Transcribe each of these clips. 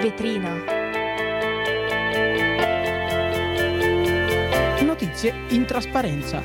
vetrina. Notizie in trasparenza.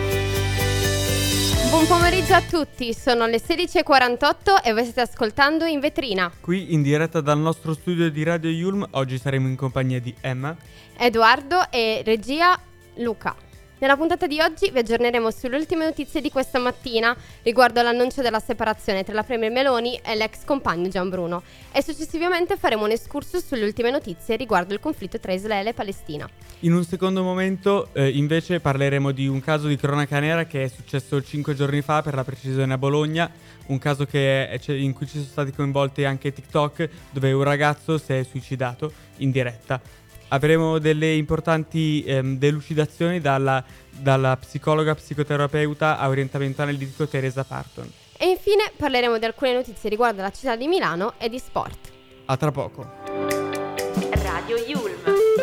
Buon pomeriggio a tutti, sono le 16:48 e voi state ascoltando In Vetrina. Qui in diretta dal nostro studio di Radio Yulm, oggi saremo in compagnia di Emma, Edoardo e regia Luca. Nella puntata di oggi vi aggiorneremo sulle ultime notizie di questa mattina riguardo all'annuncio della separazione tra la Premier Meloni e l'ex compagno Gianbruno e successivamente faremo un excursus sulle ultime notizie riguardo il conflitto tra Israele e Palestina. In un secondo momento invece parleremo di un caso di cronaca nera che è successo 5 giorni fa, per la precisione a Bologna, un caso in cui ci sono stati coinvolti anche TikTok, dove un ragazzo si è suicidato in diretta. Avremo delle importanti delucidazioni dalla psicologa psicoterapeuta a orientamento analitico Teresa Parton. E infine parleremo di alcune notizie riguardo alla città di Milano e di sport. A tra poco. Radio Yulm.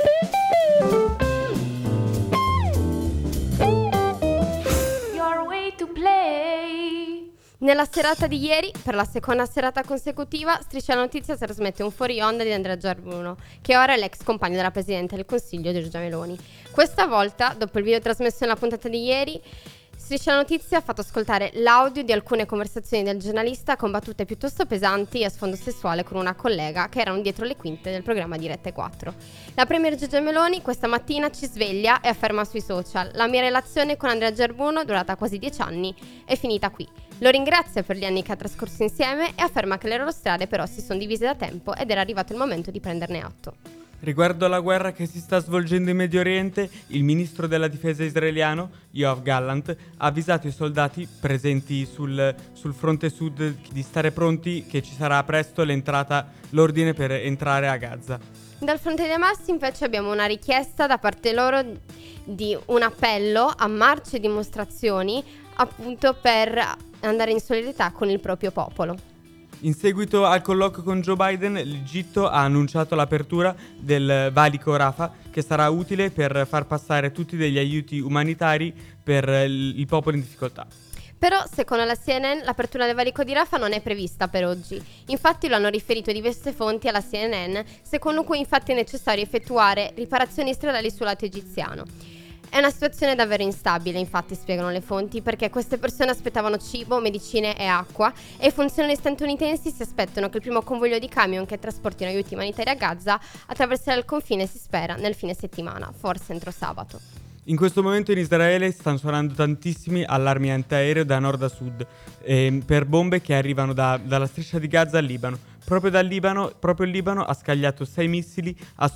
Your way to play. Nella serata di ieri, per la seconda serata consecutiva, Striscia la Notizia trasmette un fuori onda di Andrea Gianbruno, che ora è l'ex compagno della Presidente del Consiglio Giorgia Meloni. Questa volta, dopo il video trasmesso nella puntata di ieri, Striscia la Notizia ha fatto ascoltare l'audio di alcune conversazioni del giornalista con battute piuttosto pesanti e a sfondo sessuale con una collega che erano dietro le quinte del programma di Rete 4. La Premier Giorgia Meloni questa mattina ci sveglia e afferma sui social: la mia relazione con Andrea Gianbruno, durata quasi 10 anni, è finita qui. Lo ringrazia per gli anni che ha trascorso insieme e afferma che le loro strade però si sono divise da tempo ed era arrivato il momento di prenderne atto. Riguardo alla guerra che si sta svolgendo in Medio Oriente, il ministro della difesa israeliano, Yoav Gallant, ha avvisato i soldati presenti sul fronte sud di stare pronti, che ci sarà presto l'ordine per entrare a Gaza. Dal fronte di Hamas invece abbiamo una richiesta da parte loro di un appello a marce e dimostrazioni, appunto per andare in solidarietà con il proprio popolo. In seguito al colloquio con Joe Biden, l'Egitto ha annunciato l'apertura del valico Rafah, che sarà utile per far passare tutti degli aiuti umanitari per il popolo in difficoltà. Però, secondo la CNN, l'apertura del valico di Rafah non è prevista per oggi. Infatti lo hanno riferito diverse fonti alla CNN, secondo cui infatti è necessario effettuare riparazioni stradali sul lato egiziano. È una situazione davvero instabile, infatti, spiegano le fonti, perché queste persone aspettavano cibo, medicine e acqua e i funzionari statunitensi si aspettano che il primo convoglio di camion che trasportino aiuti umanitari a Gaza attraverserà il confine, si spera, nel fine settimana, forse entro sabato. In questo momento in Israele stanno suonando tantissimi allarmi antiaereo da nord a sud per bombe che arrivano dalla striscia di Gaza al Libano. Proprio il Libano ha scagliato 6 missili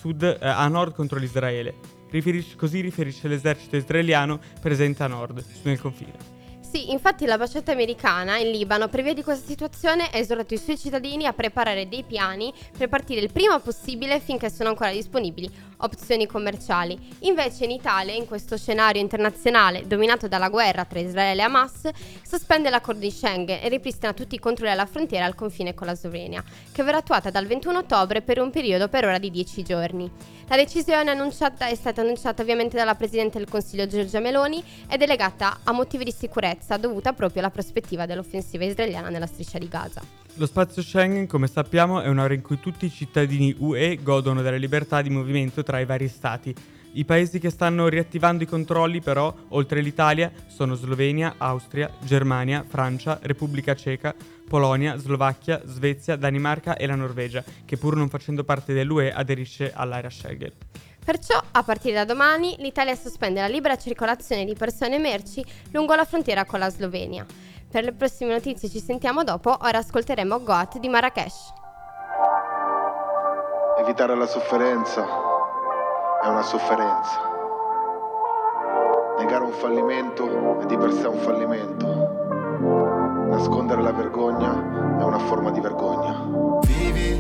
a nord contro l'Israele. Così riferisce l'esercito israeliano presente a nord, nel confine. Sì, infatti l'ambasciata americana in Libano, previa di questa situazione, ha esortato i suoi cittadini a preparare dei piani per partire il prima possibile finché sono ancora disponibili opzioni commerciali. Invece in Italia, in questo scenario internazionale dominato dalla guerra tra Israele e Hamas, sospende l'accordo di Schengen e ripristina tutti i controlli alla frontiera al confine con la Slovenia, che verrà attuata dal 21 ottobre per un periodo per ora di 10 giorni. La decisione è stata annunciata ovviamente dalla Presidente del Consiglio Giorgia Meloni ed è legata a motivi di sicurezza dovuta proprio alla prospettiva dell'offensiva israeliana nella striscia di Gaza. Lo spazio Schengen, come sappiamo, è un'area in cui tutti i cittadini UE godono della libertà di movimento tra i vari stati. I paesi che stanno riattivando i controlli, però, oltre l'Italia, sono Slovenia, Austria, Germania, Francia, Repubblica Ceca, Polonia, Slovacchia, Svezia, Danimarca e la Norvegia, che pur non facendo parte dell'UE aderisce all'area Schengen. Perciò, a partire da domani, l'Italia sospende la libera circolazione di persone e merci lungo la frontiera con la Slovenia. Per le prossime notizie ci sentiamo dopo, ora ascolteremo Goat di Marrakesh. Evitare la sofferenza è una sofferenza. Negare un fallimento è di per sé un fallimento. Nascondere la vergogna è una forma di vergogna. Vivi,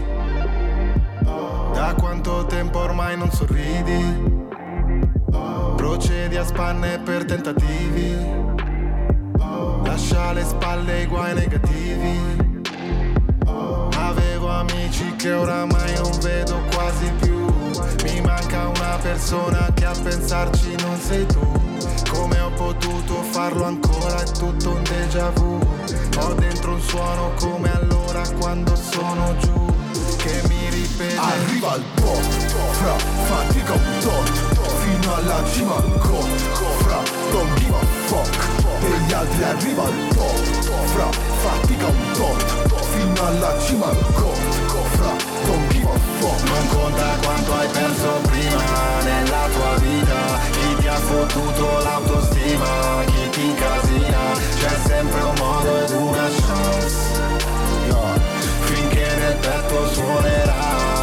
da quanto tempo ormai non sorridi? Procedi a spanne per tentativi. Lascia alle spalle i guai negativi. Avevo amici che oramai non vedo quasi più. Mi manca una persona che a pensarci non sei tu. Come ho potuto farlo ancora, è tutto un déjà vu. Ho dentro un suono come allora quando sono giù. che mi ripete. Arriva il pop, fra, fatica un tot, fino alla cima go, fra, don't give a fuck. Degli altri arriva il pop, fra, fatica un tot, fino alla cima go, fra, don't give a fuck. Non conta quanto hai perso prima nella tua vita, chi ti ha fottuto l'autostima, chi ti incasina, c'è sempre un modo ed una chance, yeah. Finché nel petto suonerà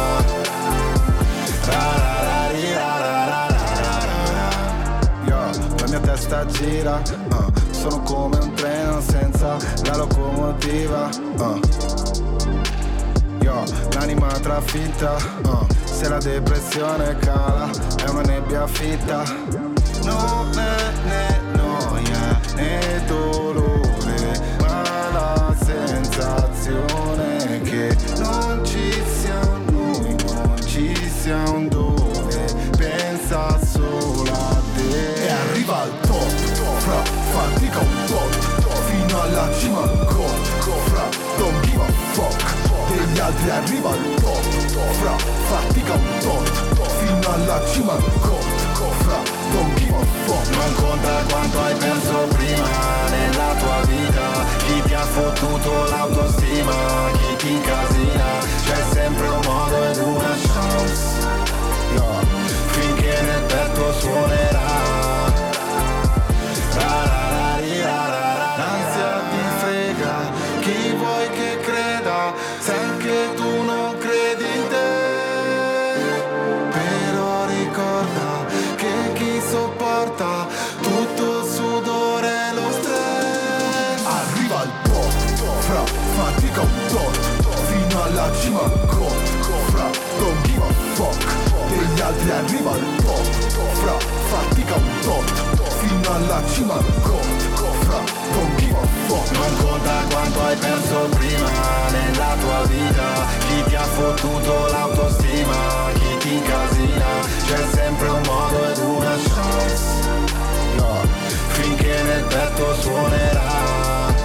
yeah. La mia testa gira, sono come un treno senza la locomotiva, yeah. L'anima trafitta, se la depressione cala è una nebbia fitta. Non è né noia né dolore, ma la sensazione che non ci sia un noi, non ci sia un dove, pensa solo a te. E arriva al top, fra, fatica un tot, fino alla cima go, fra, don't give a fuck. Degli altri arriva al top, fra, fatica un tot, fino alla cima go, fra, don't give a fuck. Non conta quanto hai perso prima nella tua vita, chi ti ha fottuto l'autostima, chi ti incasina, c'è sempre un modo ed una chance, yeah. Finché nel petto suonerà l'ansia ti frega, chi vuoi che creda, se anche tu non credi in te. Però ricorda che chi sopporta tutto il sudore e lo stress. Arriva il pop, fra, fatica un tot, fino alla cima go, fra, don't give a fuck. Degli altri arriva il pop, fra, fatica un tot, fino alla cima go, fra, don't give a fuck. Non conta quanto hai perso prima nella tua vita, chi ti ha fottuto l'autostima, chi ti incasina, c'è sempre un modo ed una chance, yeah. Finché nel petto suonerà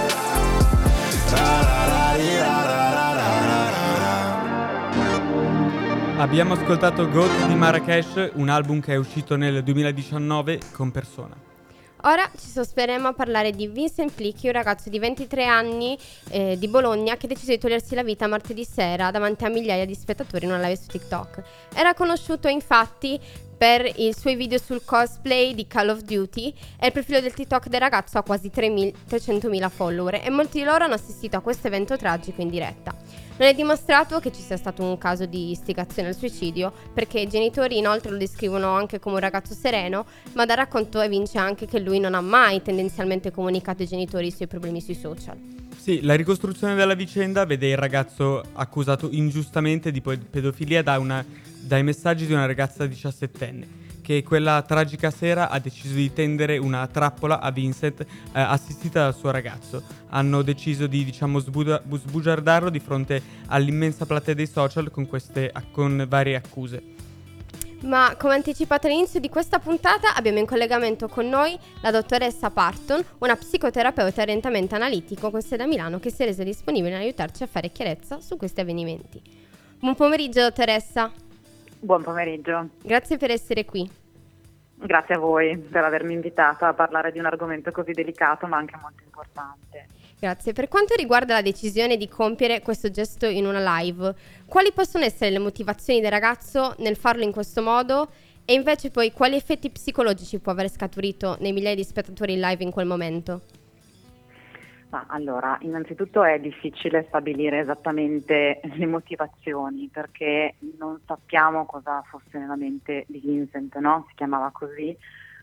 Abbiamo ascoltato Goat di Marrakesh, un album che è uscito nel 2019 con Persona. Ora ci soffermeremo a parlare di Vincent Plicchi, un ragazzo di 23 anni di Bologna che decise di togliersi la vita martedì sera davanti a migliaia di spettatori in una live su TikTok. Era conosciuto infatti per i suoi video sul cosplay di Call of Duty e il profilo del TikTok del ragazzo ha quasi 300.000 follower e molti di loro hanno assistito a questo evento tragico in diretta. Non è dimostrato che ci sia stato un caso di istigazione al suicidio, perché i genitori inoltre lo descrivono anche come un ragazzo sereno, ma dal racconto evince anche che lui non ha mai tendenzialmente comunicato ai genitori i suoi problemi sui social. Sì, la ricostruzione della vicenda vede il ragazzo accusato ingiustamente di pedofilia dai messaggi di una ragazza 17enne, che quella tragica sera ha deciso di tendere una trappola a Vincent assistita dal suo ragazzo. Hanno deciso di, sbugiardarlo di fronte all'immensa platea dei social con varie accuse. Ma come anticipato all'inizio di questa puntata abbiamo in collegamento con noi la dottoressa Parton, una psicoterapeuta orientamento analitico con sede a Milano che si è resa disponibile ad aiutarci a fare chiarezza su questi avvenimenti. Buon pomeriggio dottoressa. Buon pomeriggio. Grazie per essere qui. Grazie a voi per avermi invitata a parlare di un argomento così delicato ma anche molto importante. Grazie. Per quanto riguarda la decisione di compiere questo gesto in una live, quali possono essere le motivazioni del ragazzo nel farlo in questo modo e invece poi quali effetti psicologici può aver scaturito nei migliaia di spettatori in live in quel momento? Ma allora, innanzitutto è difficile stabilire esattamente le motivazioni perché non sappiamo cosa fosse nella mente di Vincent, no? Si chiamava così.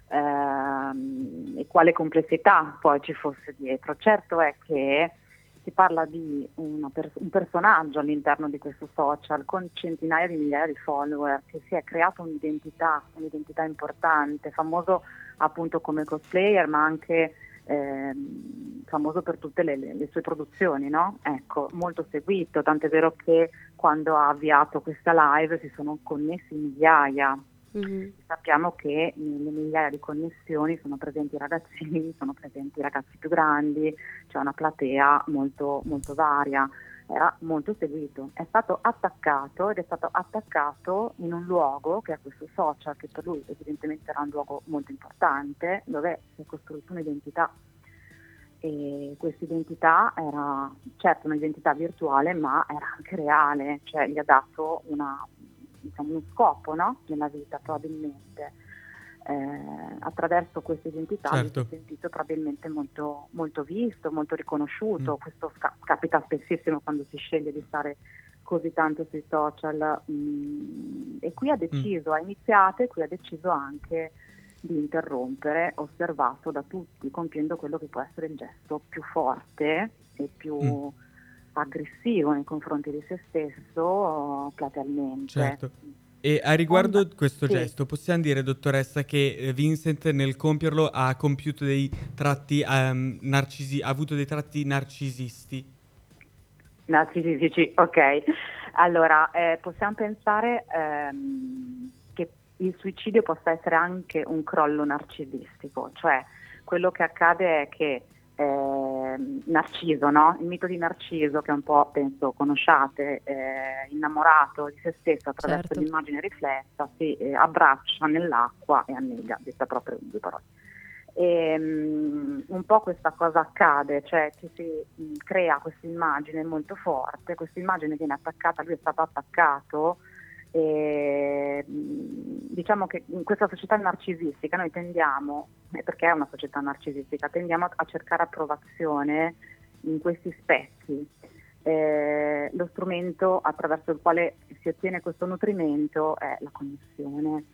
E quale complessità poi ci fosse dietro. Certo è che si parla di un personaggio all'interno di questo social con centinaia di migliaia di follower che si è creato un'identità importante, famoso appunto come cosplayer ma anche famoso per tutte le sue produzioni, no? Ecco, molto seguito, tant'è vero che quando ha avviato questa live si sono connessi migliaia. Mm-hmm. Sappiamo che nelle migliaia di connessioni sono presenti ragazzini, sono presenti ragazzi più grandi, c'è una platea molto, molto varia. era molto seguito, è stato attaccato ed è stato attaccato in un luogo che è questo social, che per lui evidentemente era un luogo molto importante, dove si è costruita un'identità, e questa identità era certo un'identità virtuale, ma era anche reale, cioè gli ha dato uno scopo, no? Nella vita probabilmente. Attraverso questa identità si è sentito probabilmente molto, molto visto, molto riconosciuto. Questo capita spessissimo quando si sceglie di stare così tanto sui social, e qui ha iniziato e qui ha deciso anche di interrompere, osservato da tutti, compiendo quello che può essere il gesto più forte e più aggressivo nei confronti di se stesso, platealmente. Certo. E a riguardo questo gesto, possiamo dire, dottoressa, che Vincent nel compierlo ha compiuto dei tratti ha avuto dei tratti narcisisti? Narcisistici, ok. Allora, possiamo pensare che il suicidio possa essere anche un crollo narcisistico, cioè quello che accade è che Narciso, no? Il mito di Narciso, che un po' penso conosciate, innamorato di se stesso attraverso l'immagine riflessa, si abbraccia nell'acqua e annega, detta proprio in due parole. Un po' questa cosa accade, cioè ci si crea questa immagine molto forte, questa immagine viene attaccata, lui è stato attaccato. Diciamo che in questa società narcisistica noi tendiamo, perché è una società narcisistica, tendiamo a cercare approvazione in questi specchi. Lo strumento attraverso il quale si ottiene questo nutrimento è la connessione.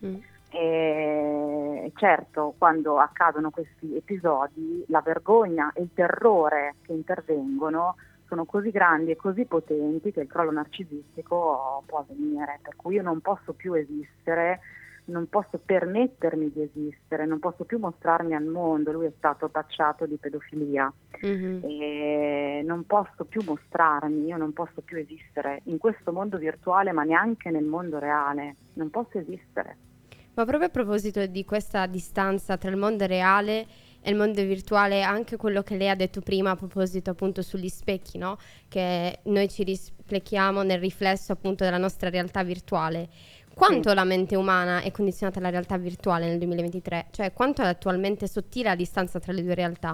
E certo, quando accadono questi episodi, la vergogna e il terrore che intervengono sono così grandi e così potenti che il crollo narcisistico può avvenire, per cui io non posso più esistere, non posso permettermi di esistere, non posso più mostrarmi al mondo. Lui è stato tacciato di pedofilia e non posso più mostrarmi, io non posso più esistere in questo mondo virtuale, ma neanche nel mondo reale, non posso esistere. Ma proprio a proposito di questa distanza tra il mondo reale e il mondo virtuale, anche quello che lei ha detto prima a proposito appunto sugli specchi, no? Che noi ci rispecchiamo nel riflesso appunto della nostra realtà virtuale. Quanto la mente umana è condizionata alla realtà virtuale nel 2023? Cioè, quanto è attualmente sottile la distanza tra le due realtà?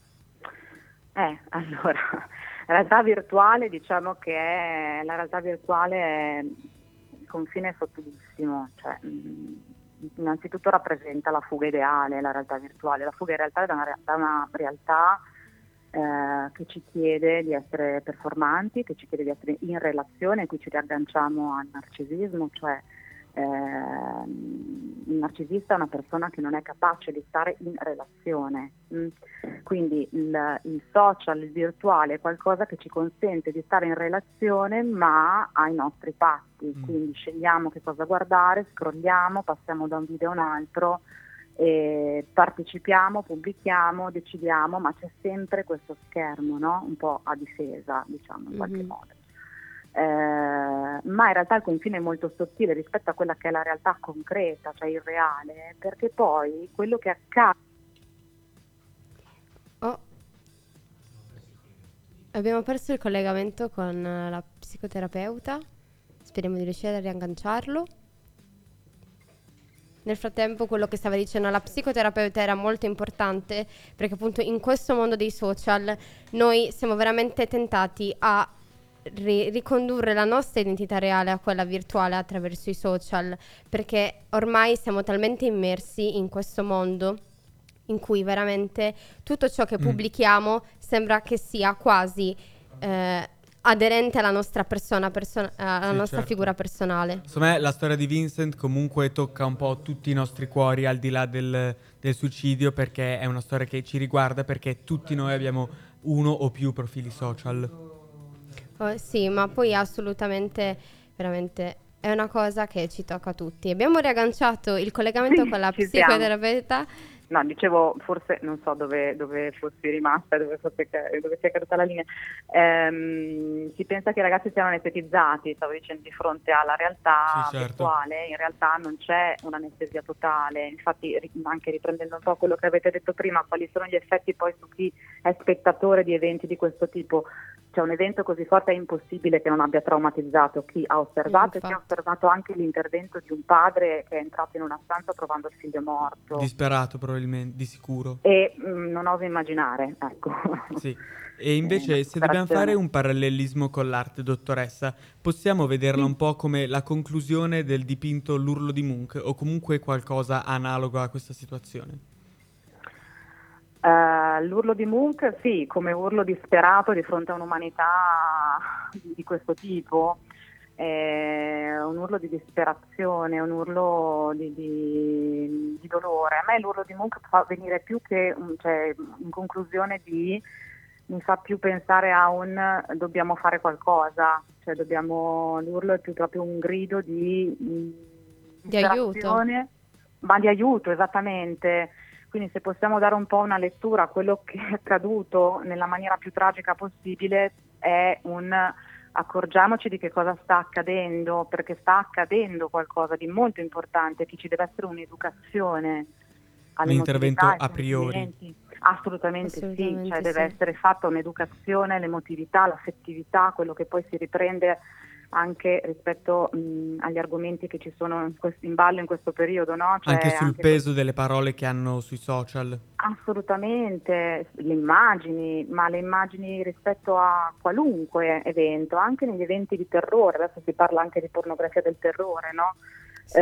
Allora, la realtà virtuale, diciamo che la realtà virtuale è il confine è sottilissimo, cioè innanzitutto rappresenta la fuga ideale, la realtà virtuale. La fuga in realtà è da una realtà che ci chiede di essere performanti, che ci chiede di essere in relazione. Qui ci riagganciamo al narcisismo, cioè il narcisista è una persona che non è capace di stare in relazione. Quindi il social, il virtuale è qualcosa che ci consente di stare in relazione ma ai nostri patti, quindi scegliamo che cosa guardare, scrolliamo, passiamo da un video a un altro, partecipiamo, pubblichiamo, decidiamo, ma c'è sempre questo schermo, no? Un po' a difesa, diciamo, in qualche modo. Ma in realtà il confine è molto sottile rispetto a quella che è la realtà concreta, cioè il reale, perché poi quello che accade... Abbiamo perso il collegamento con la psicoterapeuta, speriamo di riuscire a riagganciarlo. Nel frattempo quello che stava dicendo la psicoterapeuta era molto importante, perché appunto in questo mondo dei social noi siamo veramente tentati a ricondurre la nostra identità reale a quella virtuale attraverso i social, perché ormai siamo talmente immersi in questo mondo in cui veramente tutto ciò che pubblichiamo sembra che sia quasi aderente alla nostra persona alla nostra figura personale. Secondo me la storia di Vincent comunque tocca un po' tutti i nostri cuori, al di là del suicidio, perché è una storia che ci riguarda, perché tutti noi abbiamo uno o più profili social. Sì, ma poi assolutamente, veramente è una cosa che ci tocca a tutti. Abbiamo riagganciato il collegamento con la psicoterapeuta. No, dicevo, forse non so dove fossi rimasta, dove sia caduta la linea. Si pensa che i ragazzi siano anestetizzati, stavo dicendo, di fronte alla realtà virtuale. In realtà non c'è un'anestesia totale. Infatti, anche riprendendo un po' quello che avete detto prima, quali sono gli effetti poi su chi è spettatore di eventi di questo tipo? cioè un evento così forte è impossibile che non abbia traumatizzato chi ha osservato e chi ha osservato anche l'intervento di un padre che è entrato in una stanza trovando il figlio morto. Disperato probabilmente, di sicuro. E non oso immaginare, ecco. Sì. E invece se dobbiamo fare un parallelismo con l'arte, dottoressa, possiamo vederla un po' come la conclusione del dipinto L'urlo di Munch o comunque qualcosa analogo a questa situazione? L'urlo di Munch, sì, come urlo disperato di fronte a un'umanità di questo tipo, un urlo di disperazione, un urlo di dolore. A me l'urlo di Munch fa venire più che, cioè, in conclusione mi fa più pensare a un dobbiamo fare qualcosa, cioè l'urlo è più proprio un grido di aiuto, ma di aiuto, esattamente. Quindi se possiamo dare un po' una lettura a quello che è accaduto nella maniera più tragica possibile, è accorgiamoci di che cosa sta accadendo, perché sta accadendo qualcosa di molto importante, che ci deve essere un'educazione all'intervento a priori. Assolutamente sì, cioè deve essere fatta un'educazione, l'emotività, l'affettività, quello che poi si riprende anche rispetto agli argomenti che ci sono in ballo in questo periodo, no? Cioè, anche sul peso delle parole che hanno sui social. Assolutamente, le immagini rispetto a qualunque evento, anche negli eventi di terrore, adesso si parla anche di pornografia del terrore, no? Sì.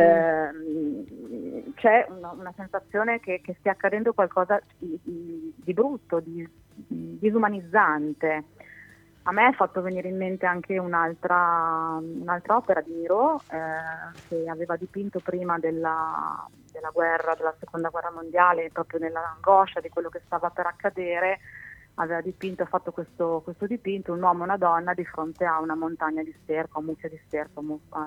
C'è una sensazione che stia accadendo qualcosa di brutto, di disumanizzante. A me è fatto venire in mente anche un'altra opera di Miro che aveva dipinto prima della guerra, della seconda guerra mondiale, proprio nell'angoscia di quello che stava per accadere. Ha fatto questo dipinto, un uomo e una donna di fronte a una montagna di sterco, un mucchio di sterco,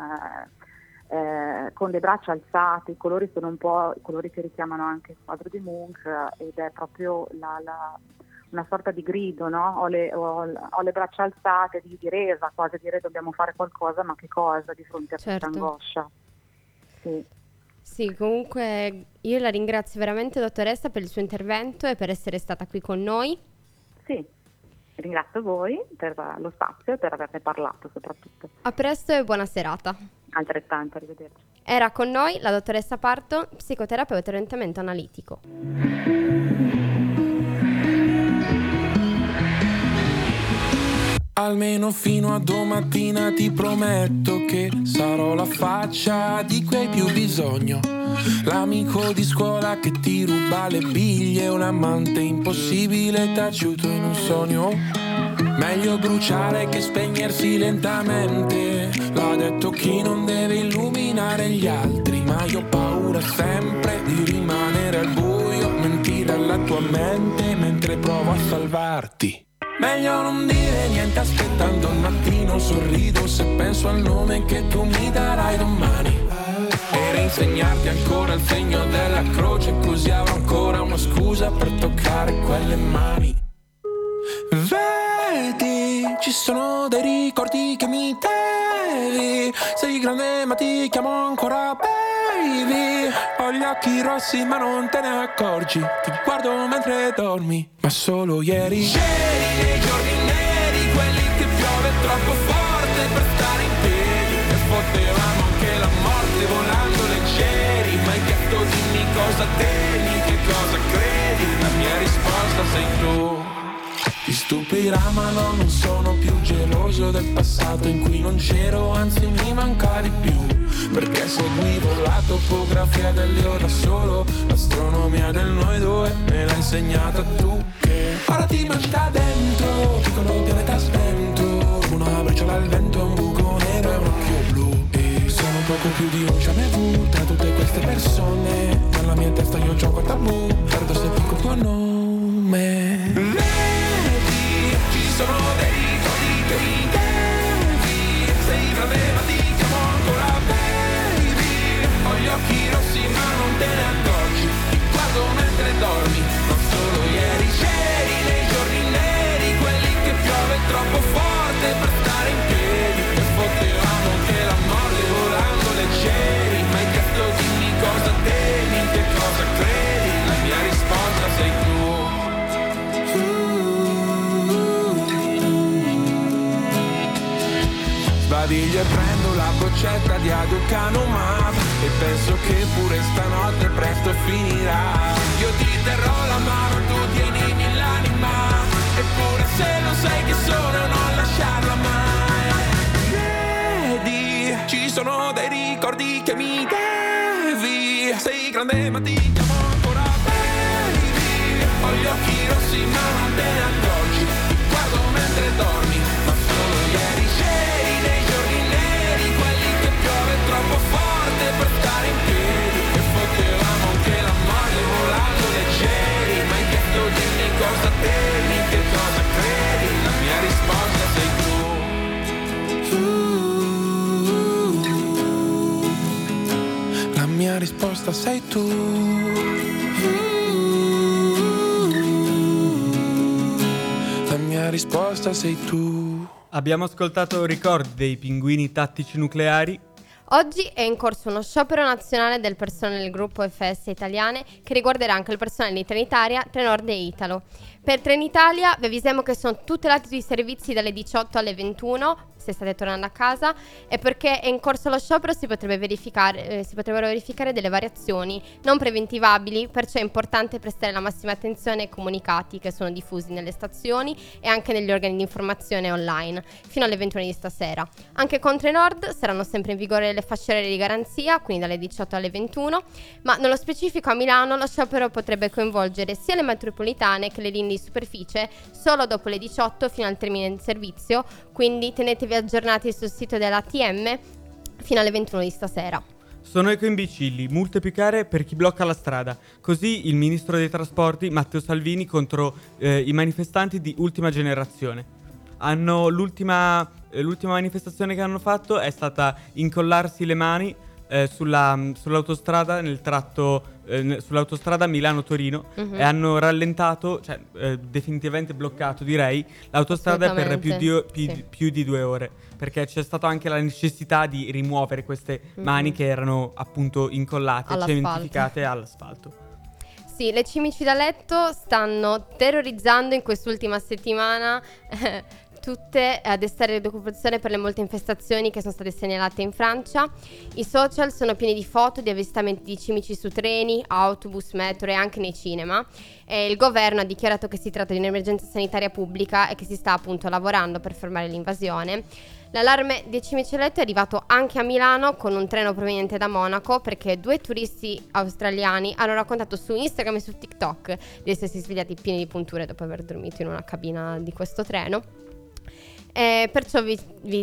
con le braccia alzate. I colori sono un po' i colori che richiamano anche il quadro di Munch, ed è proprio una sorta di grido, no? Ho le braccia alzate, di resa, quasi dire dobbiamo fare qualcosa, ma che cosa di fronte a questa angoscia? Sì, comunque io la ringrazio veramente, dottoressa, per il suo intervento e per essere stata qui con noi. Sì, ringrazio voi per lo spazio e per averne parlato soprattutto. A presto e buona serata. Altrettanto, arrivederci. Era con noi la dottoressa Parto, psicoterapeuta e orientamento analitico. Almeno fino a domattina ti prometto che sarò la faccia di cui hai più bisogno. L'amico di scuola che ti ruba le biglie, un amante impossibile taciuto in un sogno. Meglio bruciare che spegnersi lentamente, l'ha detto chi non deve illuminare gli altri. Ma io ho paura sempre di rimanere al buio, mentire alla tua mente mentre provo a salvarti. Meglio non dire niente aspettando il mattino, sorrido se penso al nome che tu mi darai domani. E reinsegnarti ancora il segno della croce, così avrò ancora una scusa per toccare quelle mani. Vedi, ci sono dei ricordi che mi devi. Sei grande ma ti chiamo ancora baby. Ho gli occhi rossi ma non te ne accorgi. Ti guardo mentre dormi, ma solo ieri. C'eri nei giorni neri, quelli che piove troppo forte per stare in piedi, e potevamo anche la morte volando leggeri. Ma hai chiesto dimmi cosa temi, che cosa credi. La mia risposta sei tu. Ti stupirà ma no, non sono più geloso del passato in cui non c'ero, anzi mi manca di più. Perché seguivo la topografia dell'io da solo, l'astronomia del noi due me l'ha insegnata tu. Che ora ti mangi da dentro, piccolo pianeta spento, una briciola al vento, un buco nero e un occhio blu. E sono poco più di un jamais vu tra tutte queste persone. Nella mia testa io gioco a tabù, perdo se dico il tuo nome. Sono dei ricordi che mi devi. Sei grande ma ti chiamo ancora baby. Ho gli occhi rossi ma non te ne accorgi. Ti guardo mentre dormi, non solo ieri. C'eri nei giorni neri. sveglio e prendo la boccetta di aducanumab e penso che pure stanotte presto finirà. Io ti terrò la mano, tu tienimi l'anima, eppure se lo sai che sono non lasciarla mai. Vedi, ci sono dei ricordi che mi devi. Sei grande ma ti chiamo ancora baby. Ho gli occhi rossi ma non te ne accorgi. Ti guardo mentre dormi, ma solo ieri c'eri nei giorni neri, quelli che piove troppo forte per stare in piedi. E potevamo anche la morte volando leggeri. Ma hai chiesto dimmi cosa temi, che cosa credi. La mia risposta sei tu. La mia risposta sei tu. La mia risposta sei tu. Abbiamo ascoltato Ricordi dei Pinguini Tattici Nucleari. Oggi è in corso uno sciopero nazionale del personale del gruppo FS Italiane che riguarderà anche il personale di Trenitalia, Trenord e Italo. Per Trenitalia vi avvisiamo che sono tutelati sui servizi dalle 18 alle 21 se state tornando a casa, e perché è in corso lo sciopero si potrebbero verificare delle variazioni non preventivabili, perciò è importante prestare la massima attenzione ai comunicati che sono diffusi nelle stazioni e anche negli organi di informazione online fino alle 21 di stasera. Anche con Trenord saranno sempre in vigore le fasce orarie di garanzia, quindi dalle 18 alle 21, ma nello specifico a Milano lo sciopero potrebbe coinvolgere sia le metropolitane che le linee di superficie solo dopo le 18 fino al termine di servizio, quindi tenetevi aggiornati sul sito dell'ATM fino alle 21 di stasera. Sono ecoimbecilli, multe più care per chi blocca la strada. Così il ministro dei trasporti Matteo Salvini contro i manifestanti di Ultima Generazione. L'ultima manifestazione che hanno fatto è stata incollarsi le mani sull'autostrada nel tratto sull'autostrada Milano-Torino e hanno rallentato, cioè definitivamente bloccato direi, l'autostrada per più di 2 ore, perché c'è stata anche la necessità di rimuovere queste mani che erano appunto incollate, cementificate all'asfalto. Sì, le cimici da letto stanno terrorizzando in quest'ultima settimana tutte a destare preoccupazione per le molte infestazioni che sono state segnalate in Francia. I social sono pieni di foto di avvistamenti di cimici su treni, autobus, metro e anche nei cinema. E il governo ha dichiarato che si tratta di un'emergenza sanitaria pubblica e che si sta appunto lavorando per fermare l'invasione. L'allarme dei cimici a letto è arrivato anche a Milano con un treno proveniente da Monaco, perché 2 turisti australiani hanno raccontato su Instagram e su TikTok di essersi svegliati pieni di punture dopo aver dormito in una cabina di questo treno. Perciò vi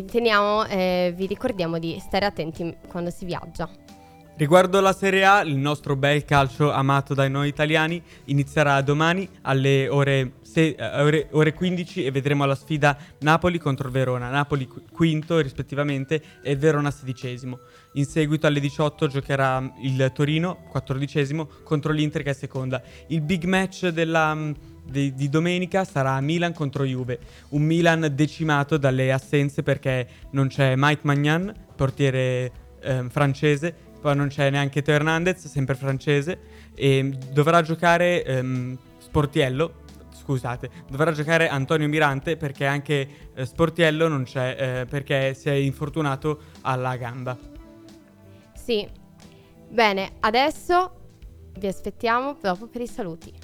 ricordiamo di stare attenti quando si viaggia. Riguardo la Serie A, il nostro bel calcio amato dai noi italiani inizierà domani alle ore 15 e vedremo la sfida Napoli contro Verona. Napoli quinto rispettivamente e Verona 16esimo. In seguito alle 18 giocherà il Torino 14esimo contro l'Inter che è seconda. Il big match di domenica sarà Milan contro Juve, un Milan decimato dalle assenze perché non c'è Mike Maignan, portiere francese, poi non c'è neanche Teo Hernandez, sempre francese, e dovrà giocare dovrà giocare Antonio Mirante perché anche Sportiello non c'è perché si è infortunato alla gamba. Sì, bene, adesso vi aspettiamo dopo per i saluti.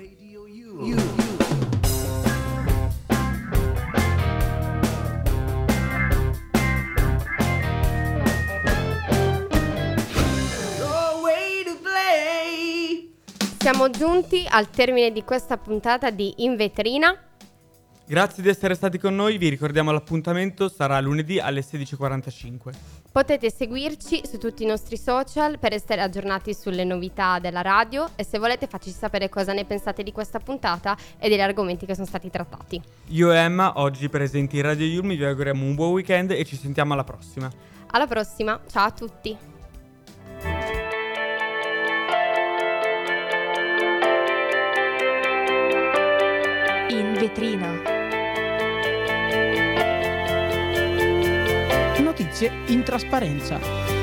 Siamo giunti al termine di questa puntata di In Vetrina. Grazie di essere stati con noi, vi ricordiamo l'appuntamento sarà lunedì alle 16:45. Potete seguirci su tutti i nostri social per restare aggiornati sulle novità della radio e se volete farci sapere cosa ne pensate di questa puntata e degli argomenti che sono stati trattati. Io e Emma, oggi presenti in Radio Yulm, vi auguriamo un buon weekend e ci sentiamo alla prossima. Alla prossima, ciao a tutti. In vetrina. Notizie in trasparenza.